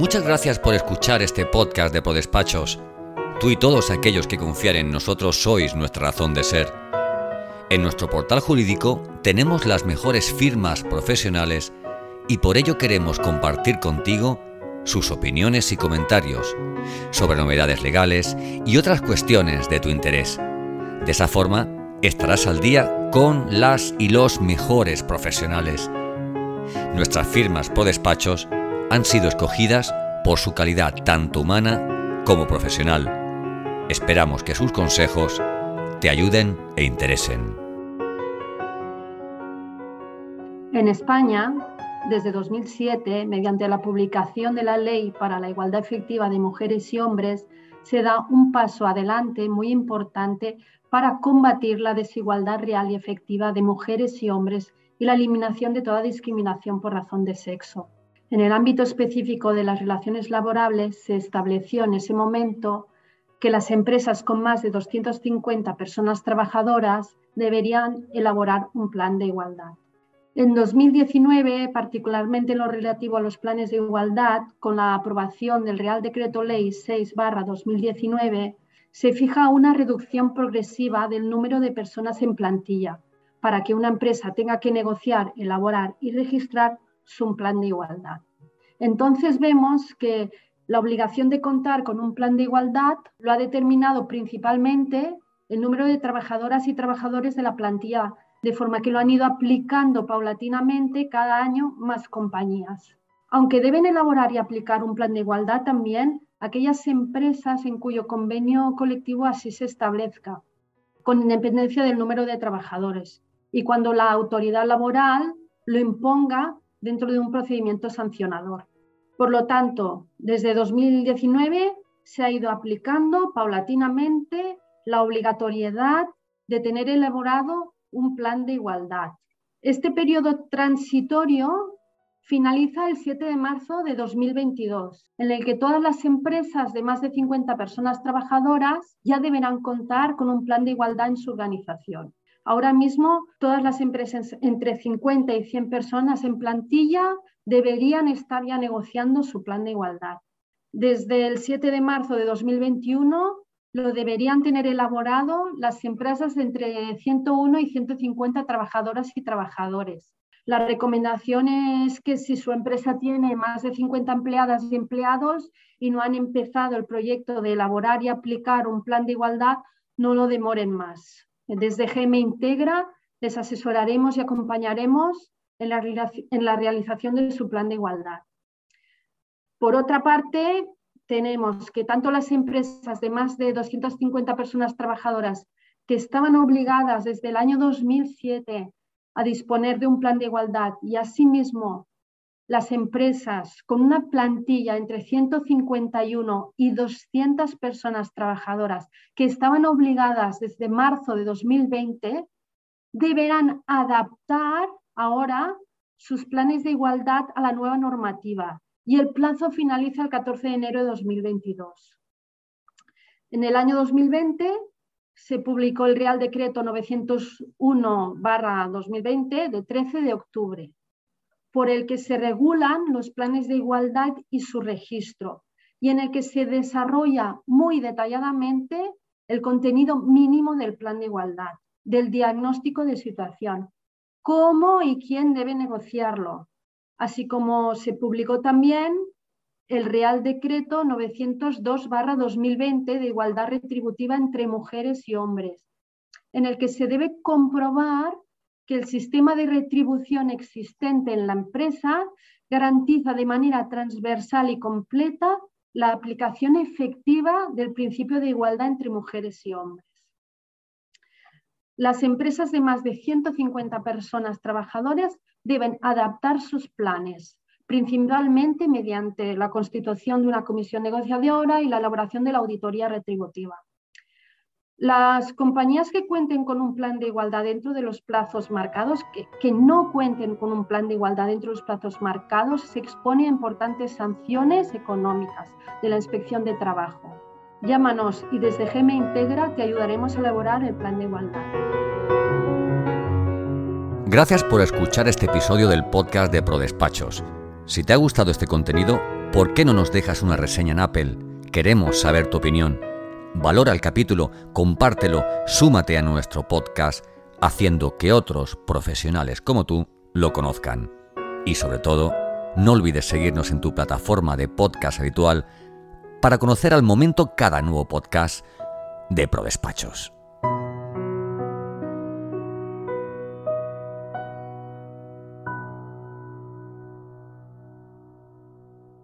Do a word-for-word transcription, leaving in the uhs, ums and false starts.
Muchas gracias por escuchar este podcast de ProDespachos. Tú y todos aquellos que confían en nosotros sois nuestra razón de ser. En nuestro portal jurídico tenemos las mejores firmas profesionales y por ello queremos compartir contigo sus opiniones y comentarios sobre novedades legales y otras cuestiones de tu interés. De esa forma, estarás al día con las y los mejores profesionales. Nuestras firmas ProDespachos han sido escogidas por su calidad tanto humana como profesional. Esperamos que sus consejos te ayuden e interesen. En España, desde dos mil siete, mediante la publicación de la Ley para la Igualdad Efectiva de Mujeres y Hombres, se da un paso adelante muy importante para combatir la desigualdad real y efectiva de mujeres y hombres y la eliminación de toda discriminación por razón de sexo. En el ámbito específico de las relaciones laborables, se estableció en ese momento que las empresas con más de doscientas cincuenta personas trabajadoras deberían elaborar un plan de igualdad. En dos mil diecinueve, particularmente en lo relativo a los planes de igualdad, con la aprobación del Real Decreto Ley seis barra dos mil diecinueve, se fija una reducción progresiva del número de personas en plantilla para que una empresa tenga que negociar, elaborar y registrar su plan de igualdad. Entonces vemos que la obligación de contar con un plan de igualdad lo ha determinado principalmente el número de trabajadoras y trabajadores de la plantilla, de forma que lo han ido aplicando paulatinamente cada año más compañías. Aunque deben elaborar y aplicar un plan de igualdad también aquellas empresas en cuyo convenio colectivo así se establezca, con independencia del número de trabajadores, y cuando la autoridad laboral lo imponga dentro de un procedimiento sancionador. Por lo tanto, desde dos mil diecinueve se ha ido aplicando paulatinamente la obligatoriedad de tener elaborado un plan de igualdad. Este periodo transitorio finaliza el siete de marzo de dos mil veintidós, en el que todas las empresas de más de cincuenta personas trabajadoras ya deberán contar con un plan de igualdad en su organización. Ahora mismo, todas las empresas entre cincuenta y cien personas en plantilla deberían estar ya negociando su plan de igualdad. Desde el siete de marzo de dos mil veintiuno, lo deberían tener elaborado las empresas de entre ciento uno y ciento cincuenta trabajadoras y trabajadores. La recomendación es que si su empresa tiene más de cincuenta empleadas y empleados y no han empezado el proyecto de elaborar y aplicar un plan de igualdad, no lo demoren más. Desde G M Integra les asesoraremos y acompañaremos en la, en la realización de su plan de igualdad. Por otra parte, tenemos que tanto las empresas de más de doscientas cincuenta personas trabajadoras que estaban obligadas desde el año dos mil siete a disponer de un plan de igualdad y asimismo las empresas con una plantilla entre ciento cincuenta y uno y doscientas personas trabajadoras que estaban obligadas desde marzo de dos mil veinte deberán adaptar ahora sus planes de igualdad a la nueva normativa. Y el plazo finaliza el catorce de enero de dos mil veintidós. En el año dos mil veinte se publicó el Real Decreto novecientos uno barra dos mil veinte de trece de octubre, por el que se regulan los planes de igualdad y su registro, y en el que se desarrolla muy detalladamente el contenido mínimo del plan de igualdad, del diagnóstico de situación, cómo y quién debe negociarlo, así como se publicó también el Real Decreto novecientos dos barra dos mil veinte de igualdad retributiva entre mujeres y hombres, en el que se debe comprobar que el sistema de retribución existente en la empresa garantiza de manera transversal y completa la aplicación efectiva del principio de igualdad entre mujeres y hombres. Las empresas de más de ciento cincuenta personas trabajadoras deben adaptar sus planes, principalmente mediante la constitución de una comisión negociadora y la elaboración de la auditoría retributiva. Las compañías que cuenten con un plan de igualdad dentro de los plazos marcados, que, que no cuenten con un plan de igualdad dentro de los plazos marcados, se exponen a importantes sanciones económicas de la Inspección de Trabajo. Llámanos y desde G M Integra te ayudaremos a elaborar el plan de igualdad. Gracias por escuchar este episodio del podcast de ProDespachos. Si te ha gustado este contenido, ¿por qué no nos dejas una reseña en Apple? Queremos saber tu opinión. Valora el capítulo, compártelo, súmate a nuestro podcast, haciendo que otros profesionales como tú lo conozcan. Y sobre todo, no olvides seguirnos en tu plataforma de podcast habitual para conocer al momento cada nuevo podcast de ProDespachos.